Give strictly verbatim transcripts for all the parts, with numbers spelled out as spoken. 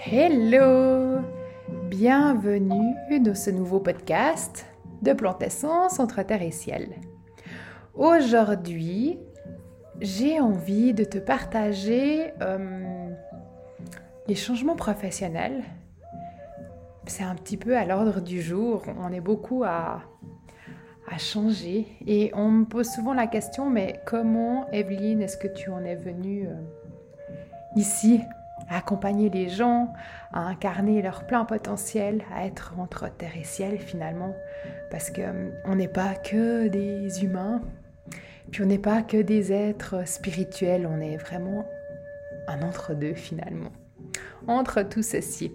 Hello! Bienvenue dans ce nouveau podcast de Plantessence entre terre et ciel. Aujourd'hui, j'ai envie de te partager euh, les changements professionnels. C'est un petit peu à l'ordre du jour. On est beaucoup à, à changer et on me pose souvent la question, mais comment, Evelyne, est-ce que tu en es venue euh, ici à accompagner les gens, à incarner leur plein potentiel, à être entre terre et ciel finalement, parce qu'on euh, n'est pas que des humains, puis on n'est pas que des êtres spirituels, on est vraiment un entre-deux finalement, entre tout ceci.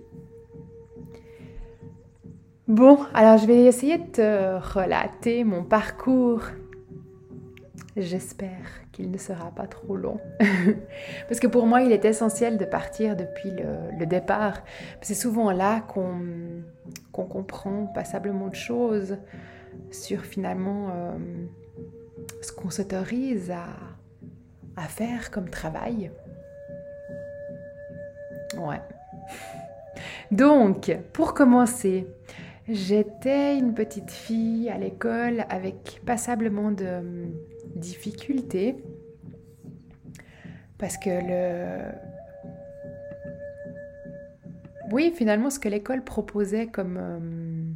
Bon, alors je vais essayer de te relater mon parcours. J'espère qu'il ne sera pas trop long. Parce que pour moi, il est essentiel de partir depuis le, le départ. C'est souvent là qu'on, qu'on comprend passablement de choses sur finalement euh, ce qu'on s'autorise à, à faire comme travail. Ouais. Donc, pour commencer, j'étais une petite fille à l'école avec passablement de difficultés parce que le... Oui, finalement, ce que l'école proposait comme, euh,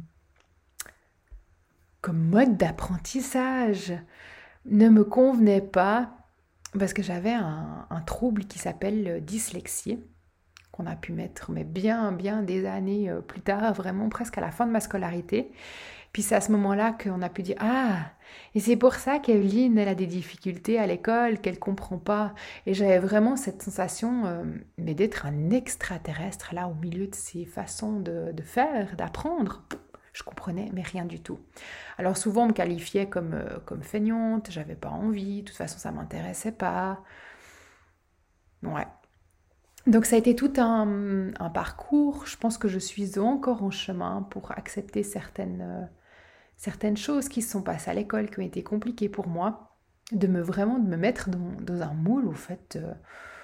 comme mode d'apprentissage ne me convenait pas parce que j'avais un, un trouble qui s'appelle dyslexie, qu'on a pu mettre mais bien, bien des années plus tard, vraiment presque à la fin de ma scolarité. Puis c'est à ce moment-là qu'on a pu dire « Ah, et c'est pour ça qu'Evelyne, elle a des difficultés à l'école, qu'elle ne comprend pas. » Et j'avais vraiment cette sensation euh, mais d'être un extraterrestre là au milieu de ces façons de, de faire, d'apprendre. Je comprenais, mais rien du tout. Alors souvent, on me qualifiait comme, euh, comme feignante, j'avais pas envie, de toute façon, ça m'intéressait pas. Ouais. Donc ça a été tout un, un parcours. Je pense que je suis encore en chemin pour accepter certaines, euh, certaines choses qui se sont passées à l'école, qui ont été compliquées pour moi, de me vraiment de me mettre dans, dans un moule, au fait, euh,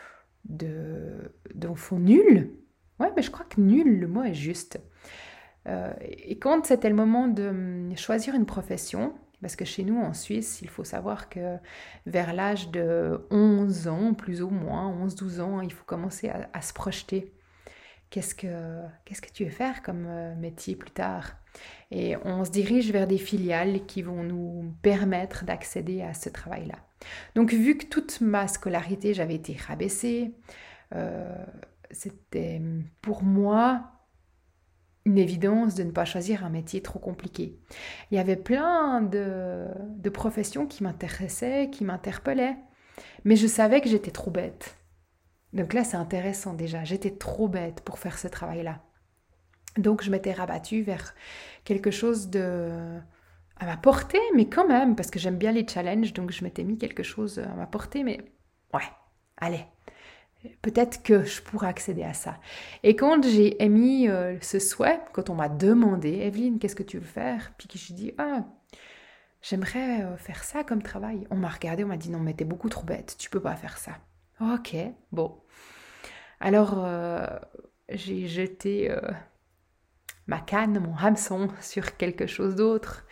de, d'enfant nul. Ouais, mais je crois que nul, le mot est juste. Euh, et quand c'était le moment de choisir une profession, parce que chez nous, en Suisse, il faut savoir que vers l'âge de onze ans, plus ou moins, onze douze ans, il faut commencer à, à se projeter. Qu'est-ce que, qu'est-ce que tu veux faire comme métier plus tard? Et on se dirige vers des filiales qui vont nous permettre d'accéder à ce travail-là. Donc, vu que toute ma scolarité, j'avais été rabaissée, euh, c'était pour moi une évidence de ne pas choisir un métier trop compliqué. Il y avait plein de, de professions qui m'intéressaient, qui m'interpellaient, mais je savais que j'étais trop bête. Donc là, c'est intéressant déjà, j'étais trop bête pour faire ce travail-là. Donc je m'étais rabattue vers quelque chose de... à ma portée, mais quand même, parce que j'aime bien les challenges, donc je m'étais mis quelque chose à ma portée, mais ouais, allez. Peut-être que je pourrais accéder à ça. Et quand j'ai émis euh, ce souhait, quand on m'a demandé, Evelyne, qu'est-ce que tu veux faire? Puis que j'ai dit, ah, j'aimerais euh, faire ça comme travail. On m'a regardé, on m'a dit, non, mais t'es beaucoup trop bête, tu peux pas faire ça. Ok, bon. Alors, euh, j'ai jeté euh, ma canne, mon hameçon sur quelque chose d'autre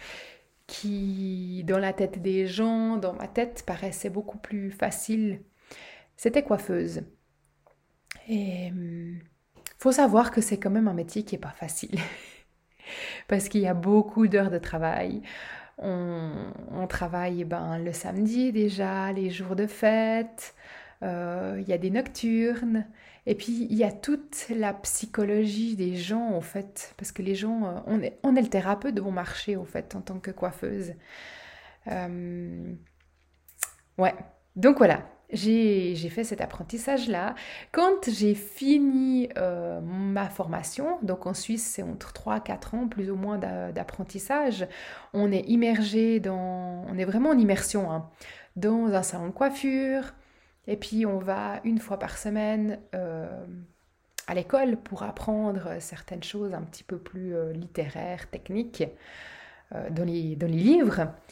qui, dans la tête des gens, dans ma tête, paraissait beaucoup plus facile. C'était coiffeuse. Et il faut savoir que c'est quand même un métier qui n'est pas facile. Parce qu'il y a beaucoup d'heures de travail. On, on travaille ben, le samedi déjà, les jours de fête. Euh, il y a des nocturnes. Et puis, il y a toute la psychologie des gens, au fait. Parce que les gens... On est, on est le thérapeute de bon marché, au fait, en tant que coiffeuse. Euh, ouais. Donc, voilà. J'ai, j'ai fait cet apprentissage-là. Quand j'ai fini euh, ma formation, donc en Suisse, c'est entre trois à quatre ans plus ou moins d'a, d'apprentissage, on est immergé dans... On est vraiment en immersion, hein, dans un salon de coiffure, et puis on va une fois par semaine euh, à l'école pour apprendre certaines choses un petit peu plus euh, littéraires, techniques, euh, dans les, dans les livres.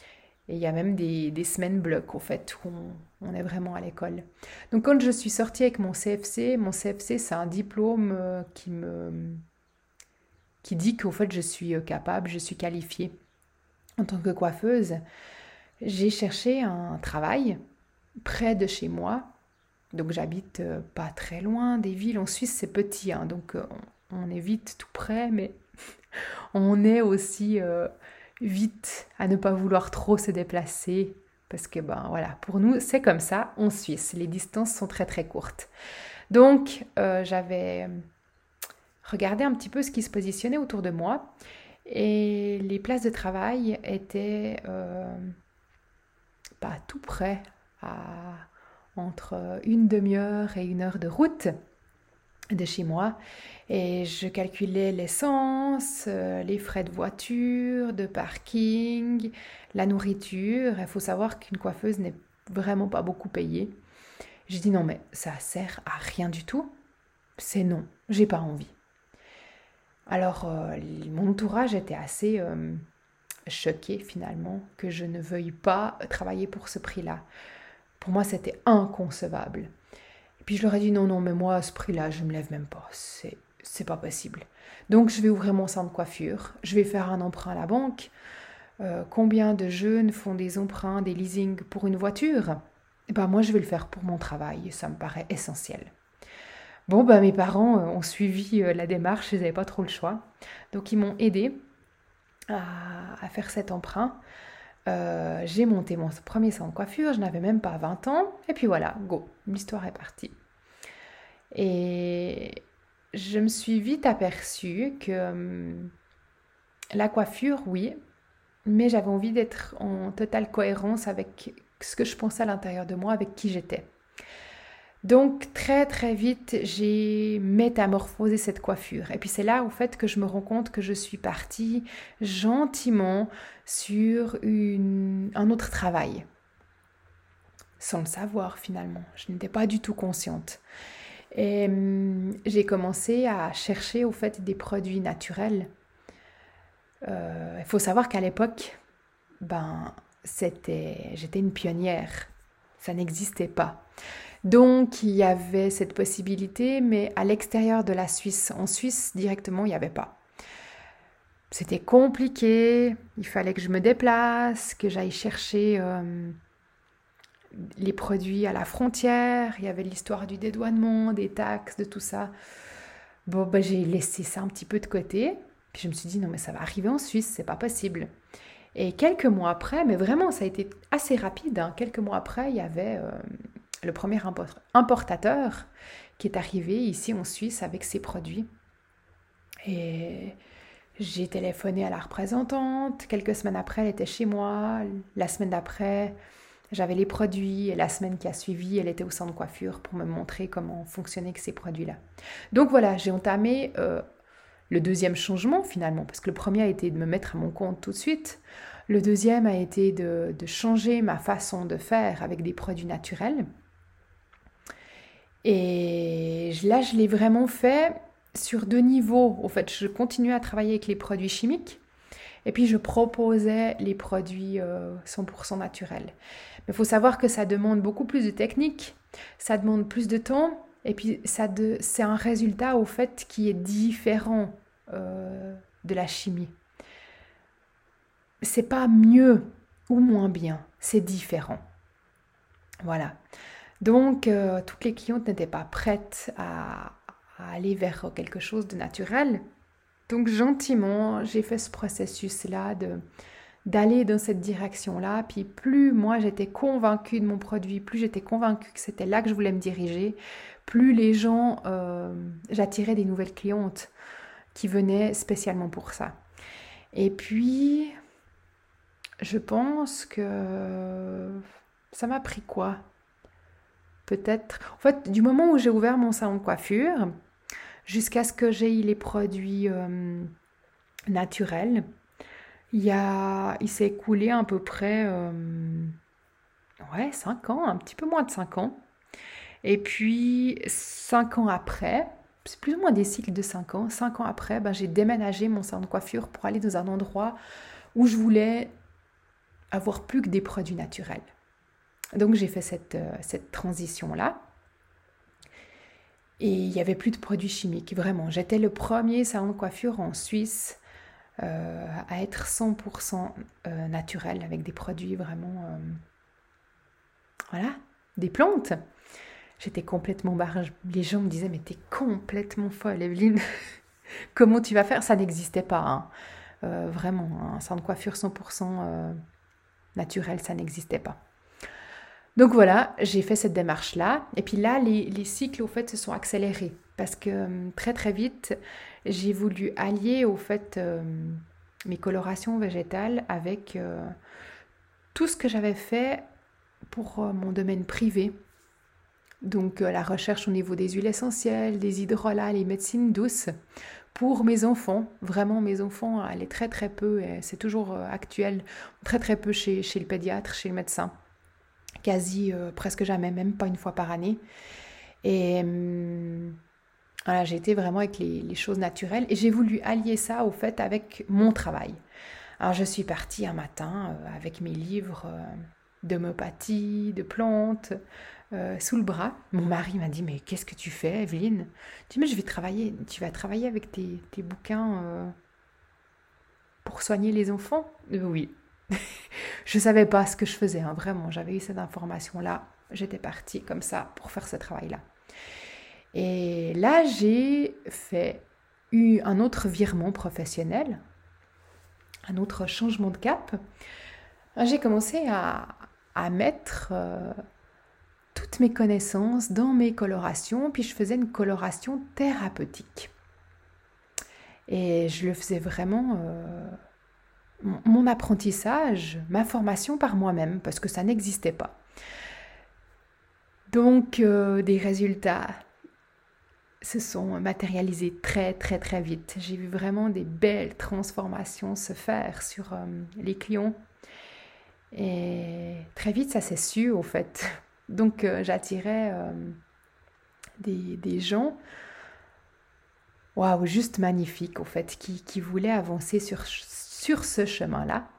Et il y a même des, des semaines blocs, au fait, où on, on est vraiment à l'école. Donc, quand je suis sortie avec mon C F C, mon C F C, c'est un diplôme euh, qui me, qui dit qu'au fait, je suis euh, capable, je suis qualifiée en tant que coiffeuse. J'ai cherché un travail près de chez moi. Donc, j'habite euh, pas très loin des villes. En Suisse, c'est petit, hein, donc euh, on, on est vite tout près, mais on est aussi euh, vite à ne pas vouloir trop se déplacer. Parce que, ben voilà, pour nous, c'est comme ça en Suisse. Les distances sont très très courtes. Donc, euh, j'avais regardé un petit peu ce qui se positionnait autour de moi. Et les places de travail étaient euh, pas tout près, à entre une demi-heure et une heure de route de chez moi. Et je calculais l'essence, euh, les frais de voiture, de parking, la nourriture. Il faut savoir qu'une coiffeuse n'est vraiment pas beaucoup payée. J'ai dit non, mais ça sert à rien du tout. C'est non, j'ai pas envie. Alors, euh, mon entourage était assez euh, choqué finalement que je ne veuille pas travailler pour ce prix-là. Pour moi, c'était inconcevable. Et puis je leur ai dit non, non, mais moi, à ce prix-là, je ne me lève même pas. C'est, c'est pas possible. Donc, je vais ouvrir mon centre de coiffure. Je vais faire un emprunt à la banque. Euh, combien de jeunes font des emprunts, des leasings pour une voiture? Et ben, moi, je vais le faire pour mon travail. Ça me paraît essentiel. Bon, ben, mes parents ont suivi la démarche. Ils n'avaient pas trop le choix. Donc, ils m'ont aidé à, à faire cet emprunt. Euh, j'ai monté mon premier salon de coiffure, je n'avais même pas vingt ans, et puis voilà, go, l'histoire est partie. Et je me suis vite aperçue que hum, la coiffure, oui, mais j'avais envie d'être en totale cohérence avec ce que je pensais à l'intérieur de moi, avec qui j'étais. Donc très très vite, j'ai métamorphosé cette coiffure. Et puis c'est là au fait que je me rends compte que je suis partie gentiment sur une, un autre travail. Sans le savoir finalement, je n'étais pas du tout consciente. Et hum, j'ai commencé à chercher au fait des produits naturels. Euh, il faut savoir qu'à l'époque, ben, c'était, j'étais une pionnière. Ça n'existait pas. Donc, il y avait cette possibilité, mais à l'extérieur de la Suisse. En Suisse, directement, il n'y avait pas. C'était compliqué, il fallait que je me déplace, que j'aille chercher euh, les produits à la frontière. Il y avait l'histoire du dédouanement, des taxes, de tout ça. Bon, ben, j'ai laissé ça un petit peu de côté. Puis je me suis dit, non, mais ça va arriver en Suisse, c'est pas possible. Et quelques mois après, mais vraiment, ça a été assez rapide, hein, quelques mois après, il y avait... Euh, le premier importateur qui est arrivé ici en Suisse avec ses produits. Et j'ai téléphoné à la représentante. Quelques semaines après, elle était chez moi. La semaine d'après, j'avais les produits. Et la semaine qui a suivi, elle était au centre de coiffure pour me montrer comment fonctionnaient ces produits-là. Donc voilà, j'ai entamé euh, le deuxième changement finalement, parce que le premier a été de me mettre à mon compte tout de suite. Le deuxième a été de, de changer ma façon de faire avec des produits naturels. Et là, je l'ai vraiment fait sur deux niveaux. Au fait, je continuais à travailler avec les produits chimiques et puis je proposais les produits euh, cent pour cent naturels. Mais il faut savoir que ça demande beaucoup plus de technique, ça demande plus de temps et puis ça de, c'est un résultat au fait qui est différent euh, de la chimie. C'est pas mieux ou moins bien, c'est différent. Voilà. Donc, euh, toutes les clientes n'étaient pas prêtes à, à aller vers quelque chose de naturel. Donc, gentiment, j'ai fait ce processus-là de, d'aller dans cette direction-là. Puis, plus moi, j'étais convaincue de mon produit, plus j'étais convaincue que c'était là que je voulais me diriger, plus les gens, euh, j'attirais des nouvelles clientes qui venaient spécialement pour ça. Et puis, je pense que ça m'a pris quoi ? Peut-être, en fait, du moment où j'ai ouvert mon salon de coiffure, jusqu'à ce que j'aie les produits euh, naturels, il, y a, il s'est écoulé à peu près euh, ouais, cinq ans, un petit peu moins de cinq ans. Et puis, cinq ans après, c'est plus ou moins des cycles de cinq ans, cinq ans après, ben, j'ai déménagé mon salon de coiffure pour aller dans un endroit où je voulais avoir plus que des produits naturels. Donc j'ai fait cette, euh, cette transition-là. Et il n'y avait plus de produits chimiques, vraiment. J'étais le premier salon de coiffure en Suisse euh, à être cent pour cent euh, naturel, avec des produits vraiment... Euh, voilà, des plantes. J'étais complètement barge. Les gens me disaient, mais t'es complètement folle, Evelyne. Comment tu vas faire? Ça n'existait pas. Hein. Euh, vraiment, un salon de coiffure cent pour cent euh, naturel, ça n'existait pas. Donc voilà, j'ai fait cette démarche-là. Et puis là, les, les cycles, au fait, se sont accélérés. Parce que très, très vite, j'ai voulu allier, au fait, euh, mes colorations végétales avec euh, tout ce que j'avais fait pour euh, mon domaine privé. Donc euh, la recherche au niveau des huiles essentielles, des hydrolats, les médecines douces. Pour mes enfants, vraiment mes enfants, elle est très, très peu, et c'est toujours euh, actuel, très, très peu chez, chez le pédiatre, chez le médecin. Quasi euh, presque jamais, même pas une fois par année. Et euh, voilà, j'ai été vraiment avec les, les choses naturelles et j'ai voulu allier ça au fait avec mon travail. Alors je suis partie un matin euh, avec mes livres euh, d'homéopathie, de plantes, euh, sous le bras. Mon mari m'a dit, mais qu'est-ce que tu fais, Evelyne? Je dis, mais je vais travailler, tu vas travailler avec tes, tes bouquins euh, pour soigner les enfants? euh, Oui. Je ne savais pas ce que je faisais, hein, vraiment. J'avais eu cette information-là. J'étais partie comme ça pour faire ce travail-là. Et là, j'ai fait eu un autre virement professionnel, un autre changement de cap. J'ai commencé à, à mettre euh, toutes mes connaissances dans mes colorations, puis je faisais une coloration thérapeutique. Et je le faisais vraiment... Euh, mon apprentissage, ma formation par moi-même, parce que ça n'existait pas. Donc, euh, des résultats se sont matérialisés très, très, très vite. J'ai vu vraiment des belles transformations se faire sur euh, les clients. Et très vite, ça s'est su, au fait. Donc, euh, j'attirais euh, des, des gens, waouh, juste magnifiques, au fait, qui, qui voulaient avancer sur sur ce chemin-là.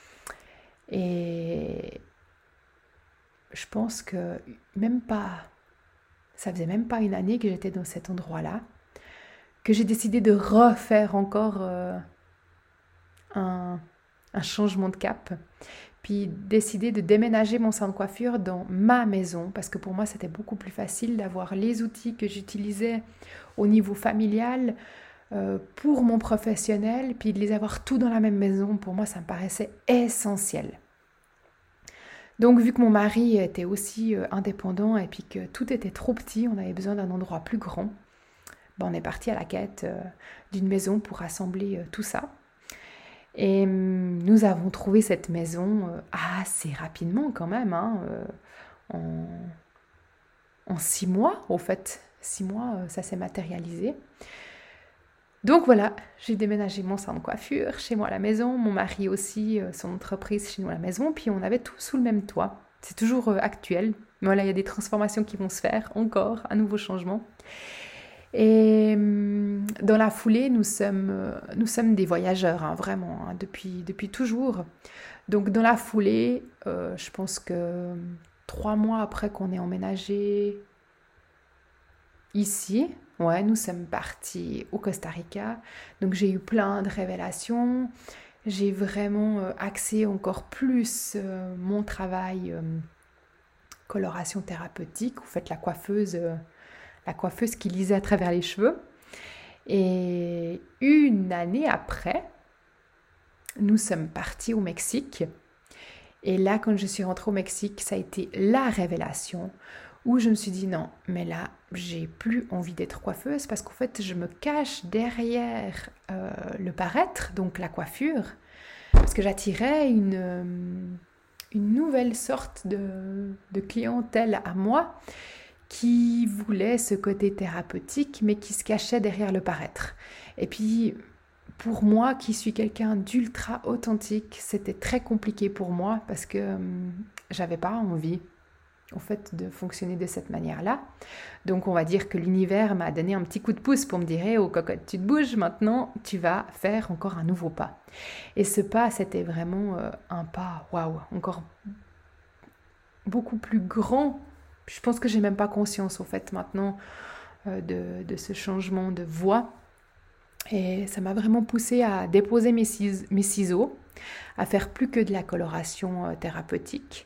Et je pense que même pas, ça faisait même pas une année que j'étais dans cet endroit-là, que j'ai décidé de refaire encore euh, un, un changement de cap, puis décider de déménager mon salon de coiffure dans ma maison, parce que pour moi, c'était beaucoup plus facile d'avoir les outils que j'utilisais au niveau familial, Euh, pour mon professionnel, puis de les avoir tous dans la même maison, pour moi, ça me paraissait essentiel. Donc, vu que mon mari était aussi euh, indépendant et puis que tout était trop petit, on avait besoin d'un endroit plus grand, ben, on est parti à la quête euh, d'une maison pour rassembler euh, tout ça. Et hum, nous avons trouvé cette maison euh, assez rapidement quand même, hein, euh, en, en six mois, au fait. Six mois, euh, ça s'est matérialisé. Donc voilà, j'ai déménagé mon salon de coiffure chez moi à la maison, mon mari aussi, euh, son entreprise chez nous à la maison, puis on avait tout sous le même toit. C'est toujours euh, actuel, mais voilà, il y a des transformations qui vont se faire, encore, un nouveau changement. Et euh, dans la foulée, nous sommes, euh, nous sommes des voyageurs, hein, vraiment, hein, depuis, depuis toujours. Donc dans la foulée, euh, je pense que trois mois après qu'on ait emménagé ici, ouais, nous sommes partis au Costa Rica, donc j'ai eu plein de révélations, j'ai vraiment euh, axé encore plus euh, mon travail euh, coloration thérapeutique, vous faites la coiffeuse, euh, la coiffeuse qui lisait à travers les cheveux. Et une année après, nous sommes partis au Mexique, et là, quand je suis rentrée au Mexique, ça a été la révélation, où je me suis dit non, mais là, j'ai plus envie d'être coiffeuse parce qu'en fait, je me cache derrière euh, le paraître, donc la coiffure, parce que j'attirais une, euh, une nouvelle sorte de, de clientèle à moi qui voulait ce côté thérapeutique, mais qui se cachait derrière le paraître. Et puis, pour moi, qui suis quelqu'un d'ultra authentique, c'était très compliqué pour moi parce que euh, j'avais pas envie. au fait de fonctionner de cette manière-là. Donc on va dire que l'univers m'a donné un petit coup de pouce pour me dire hey, « Oh cocotte, tu te bouges, maintenant tu vas faire encore un nouveau pas ». Et ce pas, c'était vraiment euh, un pas, waouh, encore beaucoup plus grand. Je pense que j'ai même pas conscience au fait maintenant euh, de, de ce changement de voix. Et ça m'a vraiment poussée à déposer mes, cis- mes ciseaux, à faire plus que de la coloration euh, thérapeutique.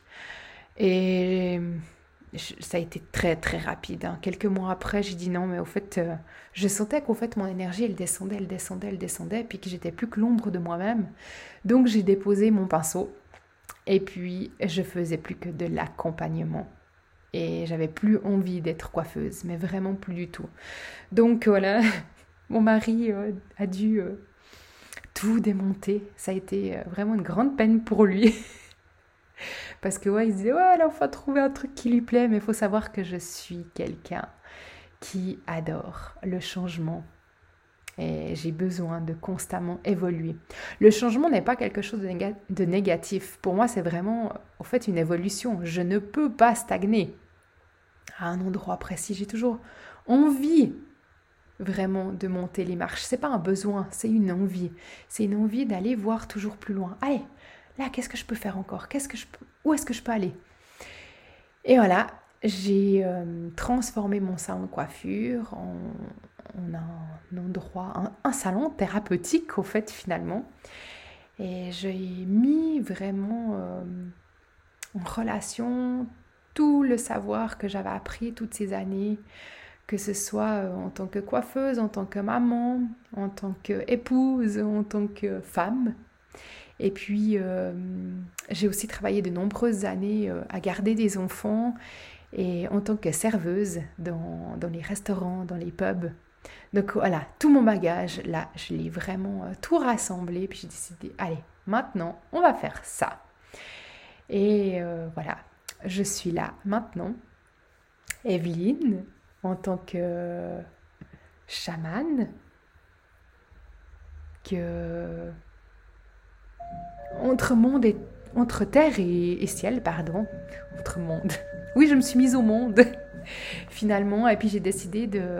Et ça a été très très rapide. Hein. Quelques mois après, j'ai dit non, mais au fait, euh, je sentais qu'au fait mon énergie, elle descendait, elle descendait, elle descendait, puis que j'étais plus que l'ombre de moi-même. Donc j'ai déposé mon pinceau, et puis je faisais plus que de l'accompagnement. Et j'avais plus envie d'être coiffeuse, mais vraiment plus du tout. Donc voilà, mon mari euh, a dû euh, tout démonter. Ça a été euh, vraiment une grande peine pour lui. Parce que ouais, il se disait, ouais, là, on va trouver un truc qui lui plaît, mais il faut savoir que je suis quelqu'un qui adore le changement. Et j'ai besoin de constamment évoluer. Le changement n'est pas quelque chose de, néga- de négatif. Pour moi, c'est vraiment, en fait, une évolution. Je ne peux pas stagner à un endroit précis. J'ai toujours envie vraiment de monter les marches. C'est pas un besoin, c'est une envie. C'est une envie d'aller voir toujours plus loin. Allez, là, qu'est-ce que je peux faire encore? Qu'est-ce que je peux... Où est-ce que je peux aller? Et voilà, j'ai euh, transformé mon salon de coiffure en, en un endroit, un, un salon thérapeutique au fait finalement. Et j'ai mis vraiment euh, en relation tout le savoir que j'avais appris toutes ces années, que ce soit en tant que coiffeuse, en tant que maman, en tant qu'épouse, en tant que femme. Et puis, euh, j'ai aussi travaillé de nombreuses années euh, à garder des enfants et en tant que serveuse dans, dans les restaurants, dans les pubs. Donc voilà, tout mon bagage, là, je l'ai vraiment euh, tout rassemblé. Puis j'ai décidé, allez, maintenant, on va faire ça. Et euh, voilà, je suis là maintenant, Evelyne, en tant que chamane, que... Entre monde et entre terre et, et ciel, pardon, entre monde. Oui, je me suis mise au monde finalement, et puis j'ai décidé de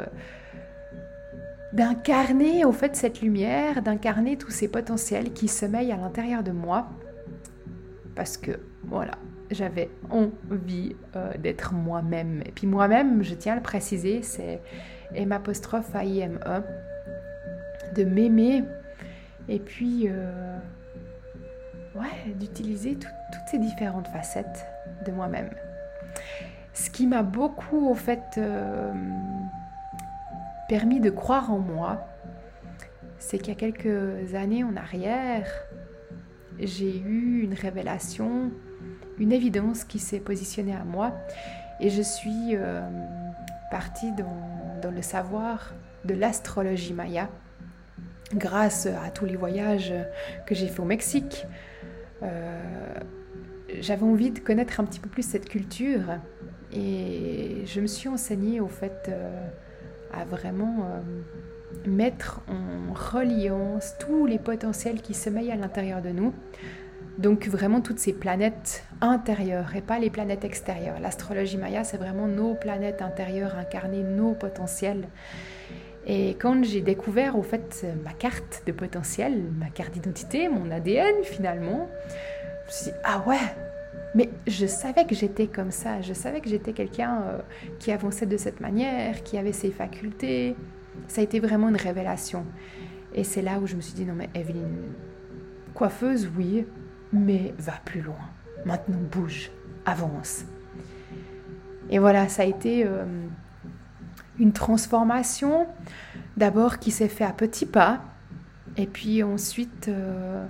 d'incarner au fait cette lumière, d'incarner tous ces potentiels qui sommeillent à l'intérieur de moi, parce que voilà, j'avais envie euh, d'être moi-même. Et puis moi-même, je tiens à le préciser, c'est M apostrophe A I M E, de m'aimer, et puis euh, ouais, d'utiliser tout, toutes ces différentes facettes de moi-même. Ce qui m'a beaucoup, au fait, euh, permis de croire en moi, c'est qu'il y a quelques années en arrière, j'ai eu une révélation, une évidence qui s'est positionnée à moi, et je suis euh, partie dans, dans le savoir de l'astrologie maya, grâce à tous les voyages que j'ai fait au Mexique. Euh, j'avais envie de connaître un petit peu plus cette culture et je me suis enseignée au fait euh, à vraiment euh, mettre en reliance tous les potentiels qui sommeillent à l'intérieur de nous, donc vraiment toutes ces planètes intérieures et pas les planètes extérieures. L'astrologie maya, c'est vraiment nos planètes intérieures incarnées, nos potentiels. Et quand j'ai découvert au fait ma carte de potentiel, ma carte d'identité, mon A D N finalement, je me suis dit, ah ouais, mais je savais que j'étais comme ça, je savais que j'étais quelqu'un euh, qui avançait de cette manière, qui avait ses facultés. Ça a été vraiment une révélation. Et c'est là où je me suis dit, non mais Evelyne, coiffeuse, oui, mais va plus loin. Maintenant bouge, avance. Et voilà, ça a été... Euh, une transformation d'abord qui s'est fait à petits pas et puis ensuite euh,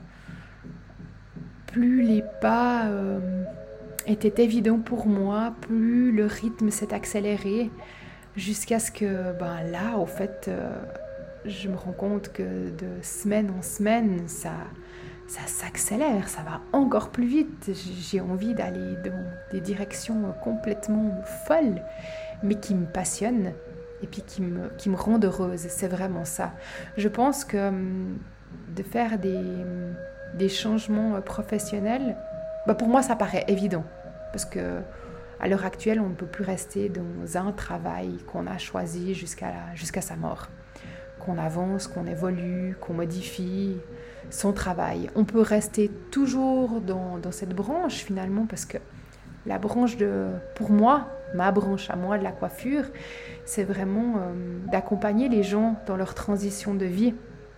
plus les pas euh, étaient évidents pour moi, plus le rythme s'est accéléré jusqu'à ce que ben là au fait euh, je me rends compte que de semaine en semaine ça ça s'accélère, ça va encore plus vite. J'ai envie d'aller dans des directions complètement folles mais qui me passionnent et puis qui me, qui me rendent heureuse. C'est vraiment ça. Je pense que hum, de faire des, des changements professionnels, bah pour moi, ça paraît évident. Parce que À l'heure actuelle, on ne peut plus rester dans un travail qu'on a choisi jusqu'à jusqu'à sa mort. Qu'on avance, qu'on évolue, qu'on modifie son travail. On peut rester toujours dans, dans cette branche finalement, parce que la branche de, pour moi, ma branche à moi de la coiffure, c'est vraiment euh, d'accompagner les gens dans leur transition de vie.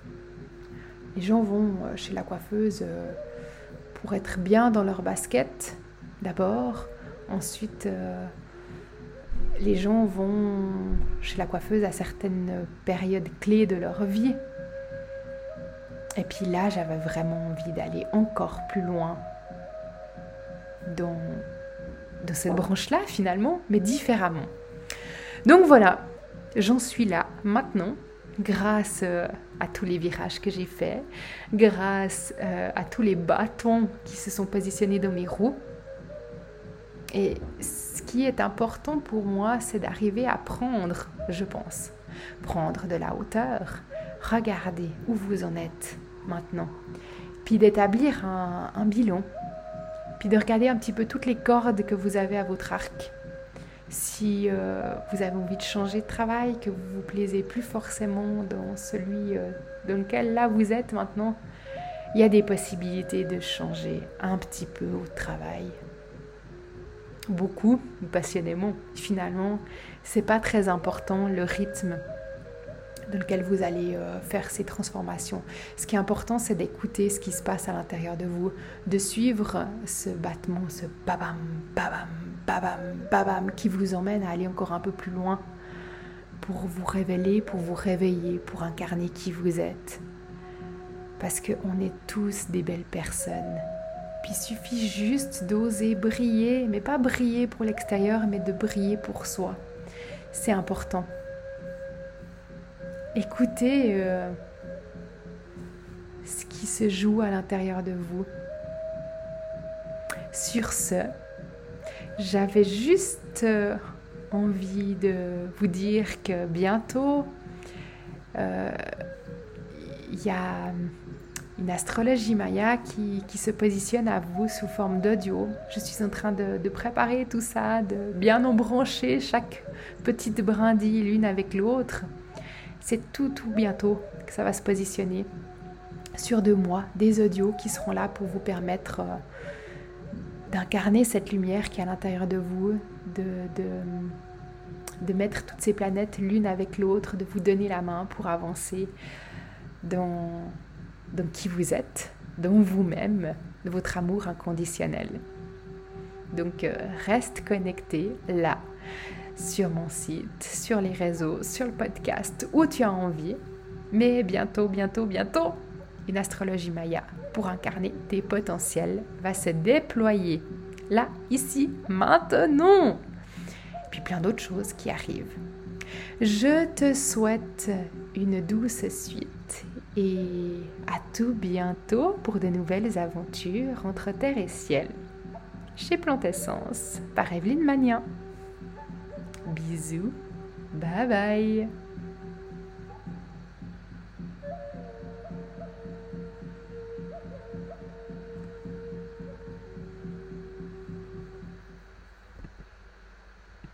Les gens vont chez la coiffeuse euh, pour être bien dans leur basket d'abord. Ensuite, euh, les gens vont chez la coiffeuse à certaines périodes clés de leur vie. Et puis là, j'avais vraiment envie d'aller encore plus loin dans, dans cette branche-là finalement, mais différemment. Donc voilà, j'en suis là maintenant, grâce euh, à tous les virages que j'ai faits, grâce euh, à tous les bâtons qui se sont positionnés dans mes roues. Et ce qui est important pour moi, c'est d'arriver à prendre, je pense, prendre de la hauteur, regarder où vous en êtes maintenant, puis d'établir un, un bilan, puis de regarder un petit peu toutes les cordes que vous avez à votre arc. Si euh, vous avez envie de changer de travail, que vous ne vous plaisez plus forcément dans celui euh, dans lequel là vous êtes maintenant, il y a des possibilités de changer un petit peu au travail. Beaucoup, passionnément. Finalement, c'est pas très important le rythme dans lequel vous allez euh, faire ces transformations. Ce qui est important, c'est d'écouter ce qui se passe à l'intérieur de vous, de suivre ce battement, ce babam, babam, babam, babam, qui vous emmène à aller encore un peu plus loin pour vous révéler, pour vous réveiller, pour incarner qui vous êtes. Parce qu'on est tous des belles personnes. Puis il suffit juste d'oser briller, mais pas briller pour l'extérieur, mais de briller pour soi. C'est important. Écoutez euh, ce qui se joue à l'intérieur de vous. Sur ce, j'avais juste euh, envie de vous dire que bientôt, euh, il y a une astrologie Maya qui, qui se positionne à vous sous forme d'audio. Je suis en train de, de préparer tout ça, de bien embrancher chaque petite brindille l'une avec l'autre. C'est tout, tout bientôt que ça va se positionner sur deux mois, des audios qui seront là pour vous permettre euh, d'incarner cette lumière qui est à l'intérieur de vous, de, de, de mettre toutes ces planètes l'une avec l'autre, de vous donner la main pour avancer dans, dans qui vous êtes, dans vous-même, de votre amour inconditionnel. Donc euh, reste connecté là, sur mon site, sur les réseaux, sur le podcast, où tu as envie. Mais bientôt, bientôt, bientôt, une astrologie Maya pour incarner tes potentiels va se déployer. Là, ici, maintenant. Et puis plein d'autres choses qui arrivent. Je te souhaite une douce suite et à tout bientôt pour de nouvelles aventures entre terre et ciel. Chez Plantessence, par Evelyne Magnin. Bisous, bye bye.